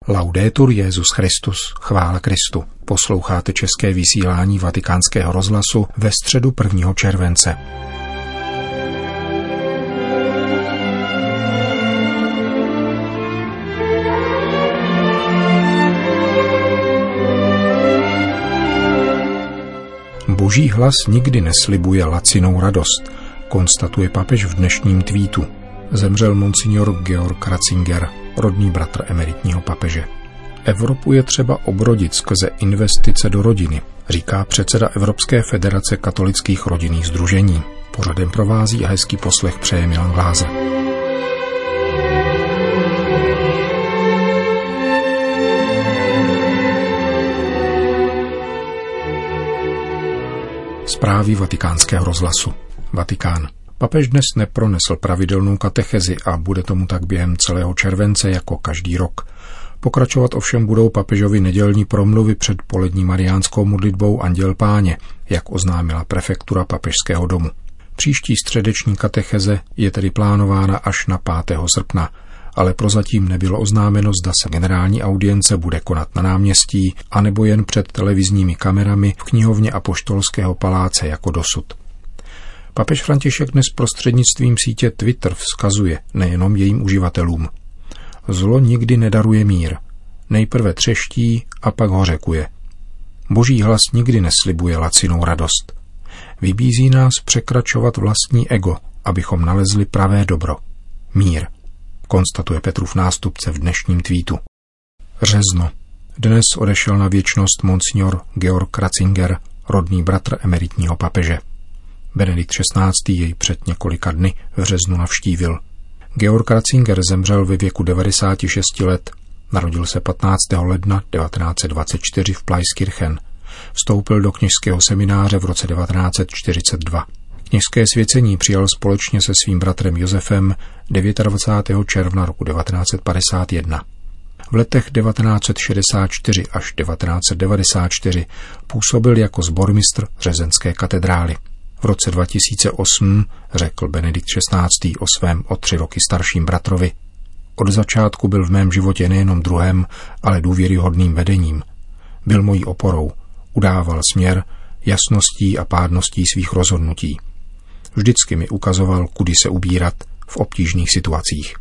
Laudetur Jesus Christus, chvála Kristu. Posloucháte české vysílání Vatikánského rozhlasu ve středu 1. července. Boží hlas nikdy neslibuje lacinou radost, konstatuje papež v dnešním tweetu. Zemřel monsignor Georg Ratzinger, rodný bratr emeritního papeže. Evropu je třeba obrodit skrze investice do rodiny, říká předseda Evropské federace katolických rodinných sdružení. Pořadem provází a hezký poslech přeje Milan Glázer. Zprávy Vatikánského rozhlasu. Vatikán. Papež dnes nepronesl pravidelnou katechezi a bude tomu tak během celého července jako každý rok. Pokračovat ovšem budou papežovi nedělní promluvy před polední mariánskou modlitbou Anděl Páně, jak oznámila prefektura papežského domu. Příští středeční katecheze je tedy plánována až na 5. srpna, ale prozatím nebylo oznámeno, zda se generální audience bude konat na náměstí, anebo jen před televizními kamerami v knihovně Apoštolského paláce jako dosud. Papež František dnes prostřednictvím sítě Twitter vzkazuje nejenom jejím uživatelům. Zlo nikdy nedaruje mír. Nejprve třeští a pak hořekuje. Boží hlas nikdy neslibuje lacinou radost. Vybízí nás překračovat vlastní ego, abychom nalezli pravé dobro. Mír, konstatuje Petrův nástupce v dnešním tweetu. Řezno. Dnes odešel na věčnost monsignor Georg Ratzinger, rodný bratr emeritního papeže. Benedikt XVI. Jej před několika dny v březnu navštívil. Georg Ratzinger zemřel ve věku 96 let. Narodil se 15. ledna 1924 v Pleiskirchen. Vstoupil do kněžského semináře v roce 1942. Kněžské svěcení přijal společně se svým bratrem Josefem 29. června roku 1951. V letech 1964 až 1994 působil jako sbormistr řezenské katedrály. V roce 2008 řekl Benedikt XVI. O svém o 3 roky starším bratrovi: Od začátku byl v mém životě nejenom druhem, ale důvěryhodným vedením. Byl mojí oporou, udával směr, jasností a pádností svých rozhodnutí. Vždycky mi ukazoval, kudy se ubírat v obtížných situacích.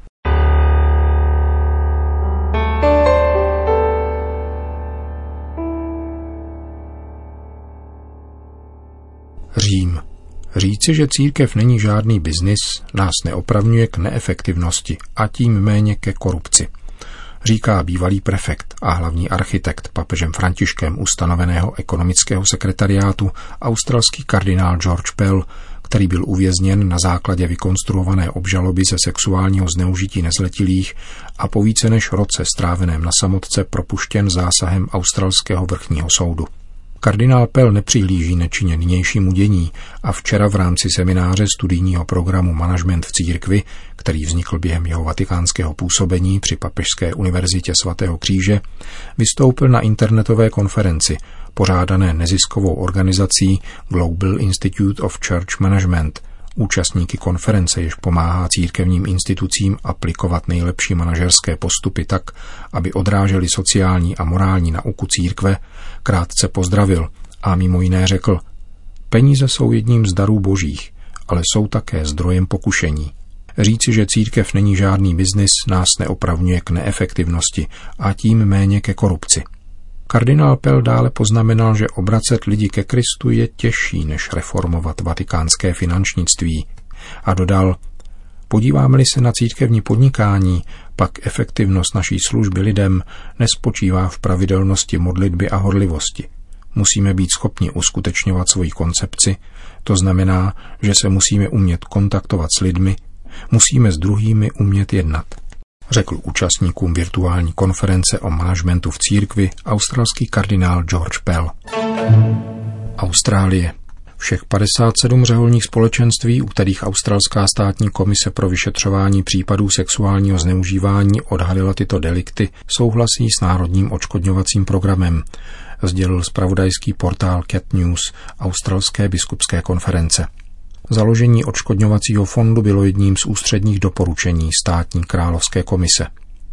Řím. Říci, že církev není žádný biznis, nás neopravňuje k neefektivnosti a tím méně ke korupci, říká bývalý prefekt a hlavní architekt papežem Františkem ustanoveného ekonomického sekretariátu australský kardinál George Pell, který byl uvězněn na základě vykonstruované obžaloby ze sexuálního zneužití nezletilých a po více než roce stráveném na samotce propuštěn zásahem australského vrchního soudu. Kardinál Pell nepřihlíží nečinně nynějšímu dění a včera v rámci semináře studijního programu Management v církvi, který vznikl během jeho vatikánského působení při Papežské univerzitě svatého Kříže, vystoupil na internetové konferenci pořádané neziskovou organizací Global Institute of Church Management. Účastníky konference, jež pomáhá církevním institucím aplikovat nejlepší manažerské postupy tak, aby odrážely sociální a morální nauku církve, krátce pozdravil a mimo jiné řekl: Peníze jsou jedním z darů božích, ale jsou také zdrojem pokušení. Říci, že církev není žádný biznis, nás neopravňuje k neefektivnosti a tím méně ke korupci. Kardinál Pell dále poznamenal, že obracet lidi ke Kristu je těžší, než reformovat vatikánské finančnictví, a dodal: Podíváme-li se na církevní podnikání, pak efektivnost naší služby lidem nespočívá v pravidelnosti modlitby a horlivosti. Musíme být schopni uskutečňovat svoji koncepci, to znamená, že se musíme umět kontaktovat s lidmi, musíme s druhými umět jednat, řekl účastníkům virtuální konference o managementu v církvi australský kardinál George Pell. Austrálie. Všech 57 řeholních společenství, u kterých australská státní komise pro vyšetřování případů sexuálního zneužívání odhalila tyto delikty, souhlasí s národním odškodňovacím programem, sdělil zpravodajský portál Cat News australské biskupské konference. Založení odškodňovacího fondu bylo jedním z ústředních doporučení státní královské komise.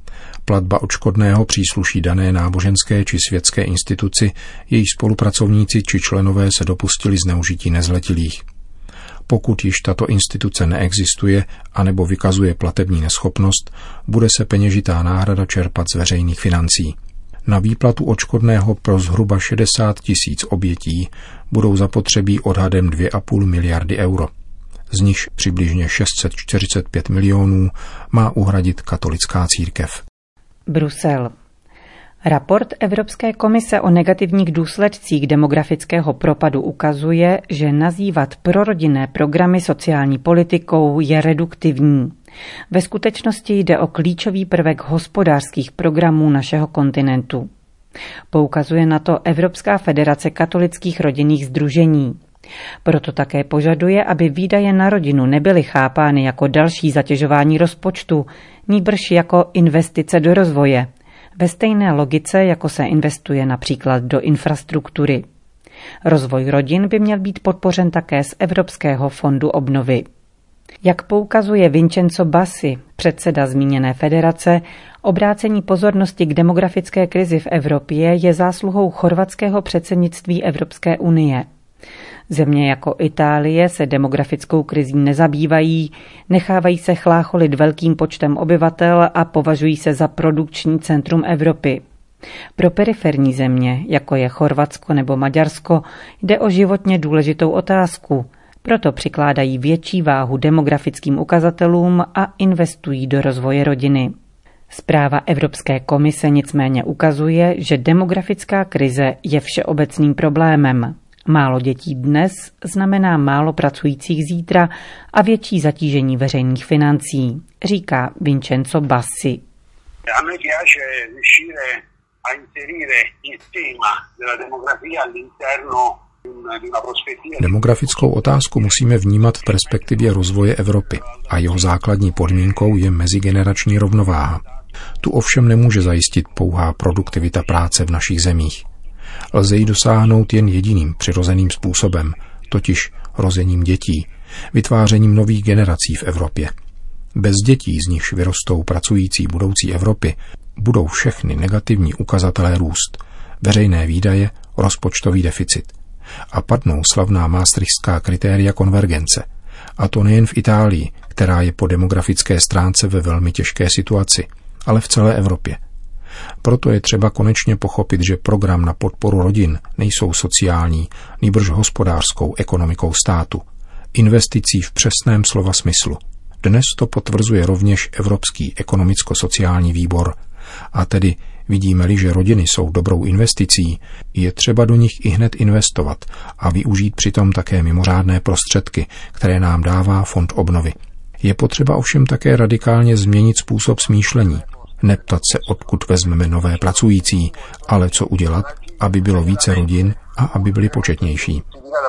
Platba odškodného přísluší dané náboženské či světské instituci, její spolupracovníci či členové se dopustili zneužití nezletilých. Pokud již tato instituce neexistuje anebo vykazuje platební neschopnost, bude se peněžitá náhrada čerpat z veřejných financí. Na výplatu odškodného pro zhruba 60 000 obětí budou zapotřebí odhadem 2,5 miliardy euro. Z nichž přibližně 645 milionů má uhradit katolická církev. Brusel. Raport Evropské komise o negativních důsledcích demografického propadu ukazuje, že nazývat prorodinné programy sociální politikou je reduktivní. Ve skutečnosti jde o klíčový prvek hospodářských programů našeho kontinentu. Poukazuje na to Evropská federace katolických rodinných sdružení. Proto také požaduje, aby výdaje na rodinu nebyly chápány jako další zatěžování rozpočtu, nýbrž jako investice do rozvoje, ve stejné logice, jako se investuje například do infrastruktury. Rozvoj rodin by měl být podpořen také z Evropského fondu obnovy. Jak poukazuje Vincenzo Bassi, předseda zmíněné federace, obrácení pozornosti k demografické krizi v Evropě je zásluhou chorvatského předsednictví Evropské unie. Země jako Itálie se demografickou krizí nezabývají, nechávají se chlácholit velkým počtem obyvatel a považují se za produkční centrum Evropy. Pro periferní země, jako je Chorvatsko nebo Maďarsko, jde o životně důležitou otázku, proto přikládají větší váhu demografickým ukazatelům a investují do rozvoje rodiny. Zpráva Evropské komise nicméně ukazuje, že demografická krize je všeobecným problémem. Málo dětí dnes znamená málo pracujících zítra a větší zatížení veřejných financí, říká Vincenzo Bassi. Demografickou otázku musíme vnímat v perspektivě rozvoje Evropy a jeho základní podmínkou je mezigenerační rovnováha. Tu ovšem nemůže zajistit pouhá produktivita práce v našich zemích. Lze ji dosáhnout jen jediným přirozeným způsobem, totiž rozením dětí, vytvářením nových generací v Evropě. Bez dětí, z nichž vyrostou pracující budoucí Evropy, budou všechny negativní ukazatelé růst, veřejné výdaje, rozpočtový deficit. A padnou slavná maastrichtská kritéria konvergence. A to nejen v Itálii, která je po demografické stránce ve velmi těžké situaci, ale v celé Evropě. Proto je třeba konečně pochopit, že program na podporu rodin nejsou sociální, nýbrž hospodářskou ekonomikou státu. Investicí v přesném slova smyslu. Dnes to potvrzuje rovněž Evropský ekonomicko-sociální výbor. A tedy vidíme-li, že rodiny jsou dobrou investicí, je třeba do nich i hned investovat a využít přitom také mimořádné prostředky, které nám dává Fond obnovy. Je potřeba ovšem také radikálně změnit způsob smýšlení. Neptat se, odkud vezmeme nové pracující, ale co udělat, aby bylo více rodin a aby byly početnější.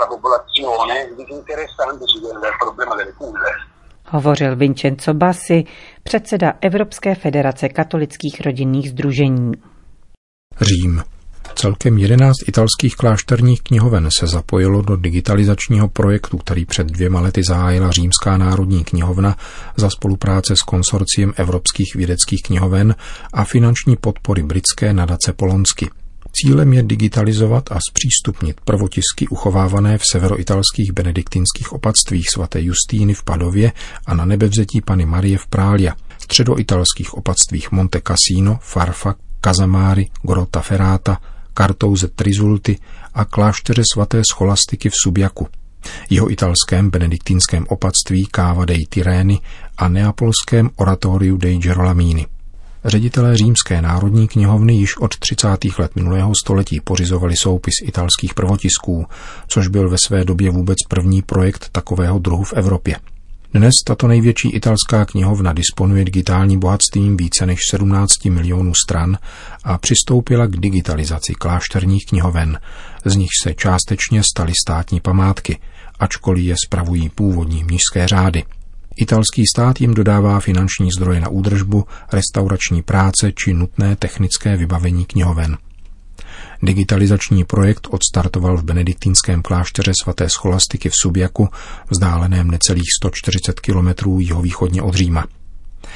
Hovořil Vincenzo Bassi, předseda Evropské federace katolických rodinných sdružení. Řím. Celkem 11 italských klášterních knihoven se zapojilo do digitalizačního projektu, který před 2 lety zahájila Římská národní knihovna za spolupráce s konsorciem evropských vědeckých knihoven a finanční podpory britské nadace Polonsky. Cílem je digitalizovat a zpřístupnit prvotisky uchovávané v severoitalských benediktinských opatstvích svaté Justíny v Padově a na Nebevzetí Panny Marie v Prália, středoitalských opatstvích Monte Cassino, Farfa, Casamari, Grottaferrata, Kartouze Trizulty a klášteře svaté Scholastiky v Subiaku, jihoitalském benediktinském opatství Cava dei Tirreni a neapolském Oratoriu dei Gerolamini. Ředitelé Římské národní knihovny již od 30. let minulého století pořizovali soupis italských prvotisků, což byl ve své době vůbec první projekt takového druhu v Evropě. Dnes tato největší italská knihovna disponuje digitálním bohatstvím více než 17 milionů stran a přistoupila k digitalizaci klášterních knihoven, z nich se částečně staly státní památky, ačkoliv je spravují původní mnišské řády. Italský stát jim dodává finanční zdroje na údržbu, restaurační práce či nutné technické vybavení knihoven. Digitalizační projekt odstartoval v benediktínském klášteře svaté Scholastiky v Subiaku, vzdáleném necelých 140 kilometrů jihovýchodně od Říma.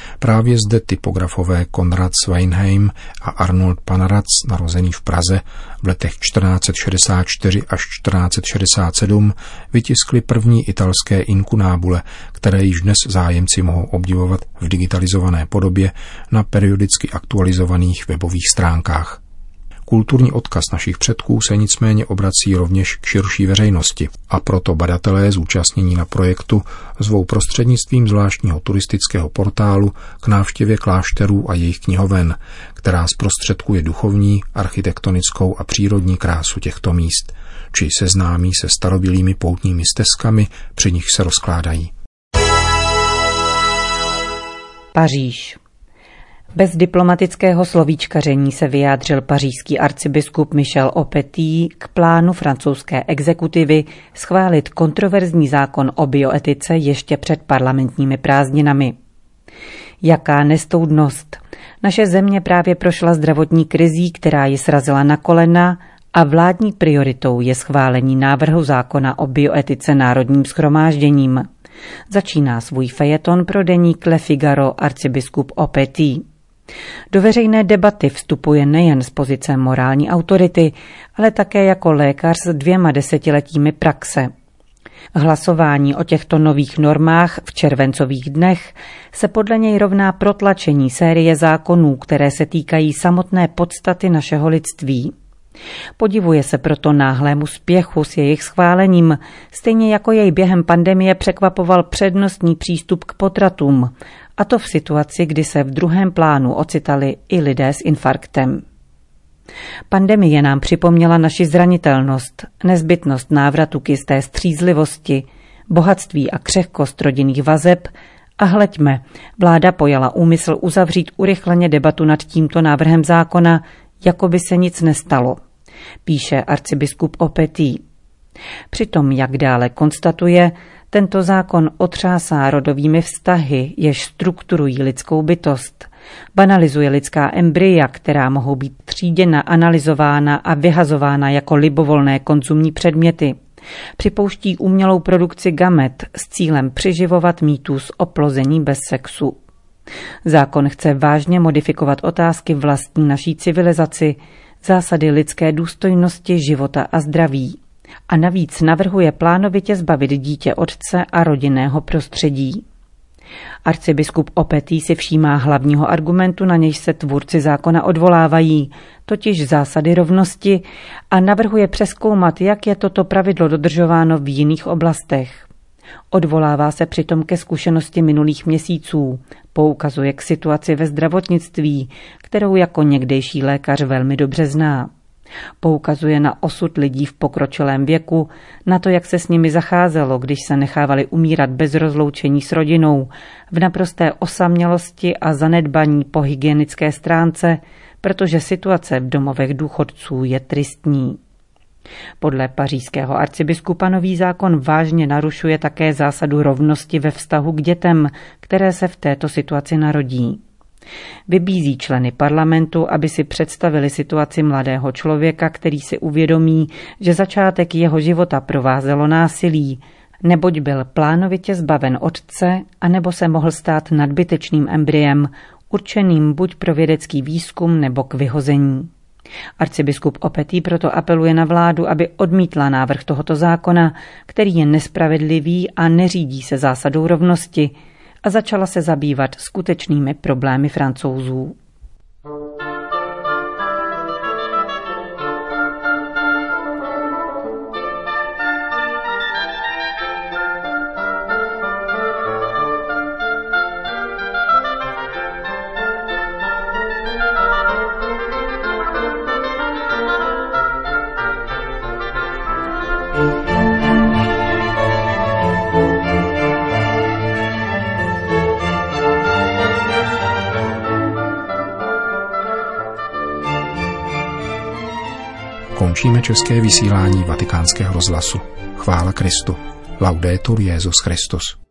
Právě zde typografové Konrad Sweynheim a Arnold Panarac, narozený v Praze v letech 1464 až 1467, vytiskli první italské inkunábule, které již dnes zájemci mohou obdivovat v digitalizované podobě na periodicky aktualizovaných webových stránkách. Kulturní odkaz našich předků se nicméně obrací rovněž k širší veřejnosti a proto badatelé zúčastnění na projektu zvou prostřednictvím zvláštního turistického portálu k návštěvě klášterů a jejich knihoven, která zprostředkuje duchovní, architektonickou a přírodní krásu těchto míst, či seznámí se starobylými poutními stezkami, při nich se rozkládají. Paříž. Bez diplomatického slovíčkaření se vyjádřil pařížský arcibiskup Michel Aupetit k plánu francouzské exekutivy schválit kontroverzní zákon o bioetice ještě před parlamentními prázdninami. Jaká nestoudnost! Naše země právě prošla zdravotní krizí, která ji srazila na kolena, a vládní prioritou je schválení návrhu zákona o bioetice Národním shromážděním. Začíná svůj fejeton pro deník Le Figaro arcibiskup Aupetit. Do veřejné debaty vstupuje nejen z pozice morální autority, ale také jako lékař s 2 desetiletími praxe. Hlasování o těchto nových normách v červencových dnech se podle něj rovná protlačení série zákonů, které se týkají samotné podstaty našeho lidství. Podivuje se proto náhlému spěchu s jejich schválením, stejně jako jej během pandemie překvapoval přednostní přístup k potratům, a to v situaci, kdy se v druhém plánu ocitali i lidé s infarktem. Pandemie nám připomněla naši zranitelnost, nezbytnost návratu k jisté střízlivosti, bohatství a křehkost rodinných vazeb a hleďme, vláda pojala úmysl uzavřít urychleně debatu nad tímto návrhem zákona, jako by se nic nestalo, píše arcibiskup Aupetit. Přitom, jak dále konstatuje, tento zákon otřásá rodovými vztahy, jež strukturují lidskou bytost, banalizuje lidská embrya, která mohou být tříděna, analyzována a vyhazována jako libovolné konzumní předměty. Připouští umělou produkci gamet s cílem přiživovat mýtus oplození bez sexu. Zákon chce vážně modifikovat otázky vlastní naší civilizaci, zásady lidské důstojnosti, života a zdraví. A navíc navrhuje plánovitě zbavit dítě otce a rodinného prostředí. Arcibiskup Aupetit si všímá hlavního argumentu, na nějž se tvůrci zákona odvolávají, totiž zásady rovnosti, a navrhuje přezkoumat, jak je toto pravidlo dodržováno v jiných oblastech. Odvolává se přitom ke zkušenosti minulých měsíců, poukazuje k situaci ve zdravotnictví, kterou jako někdejší lékař velmi dobře zná. Poukazuje na osud lidí v pokročilém věku, na to, jak se s nimi zacházelo, když se nechávali umírat bez rozloučení s rodinou, v naprosté osamělosti a zanedbaní po hygienické stránce, protože situace v domovech důchodců je tristní. Podle pařížského arcibiskupa nový zákon vážně narušuje také zásadu rovnosti ve vztahu k dětem, které se v této situaci narodí. Vybízí členy parlamentu, aby si představili situaci mladého člověka, který si uvědomí, že začátek jeho života provázelo násilí, neboť byl plánovitě zbaven otce, anebo se mohl stát nadbytečným embryem, určeným buď pro vědecký výzkum nebo k vyhození. Arcibiskup Aupetit proto apeluje na vládu, aby odmítla návrh tohoto zákona, který je nespravedlivý a neřídí se zásadou rovnosti, a začala se zabývat skutečnými problémy Francouzů. Končíme české vysílání Vatikánského rozhlasu. Chvála Kristu. Laudetur Jesus Christus.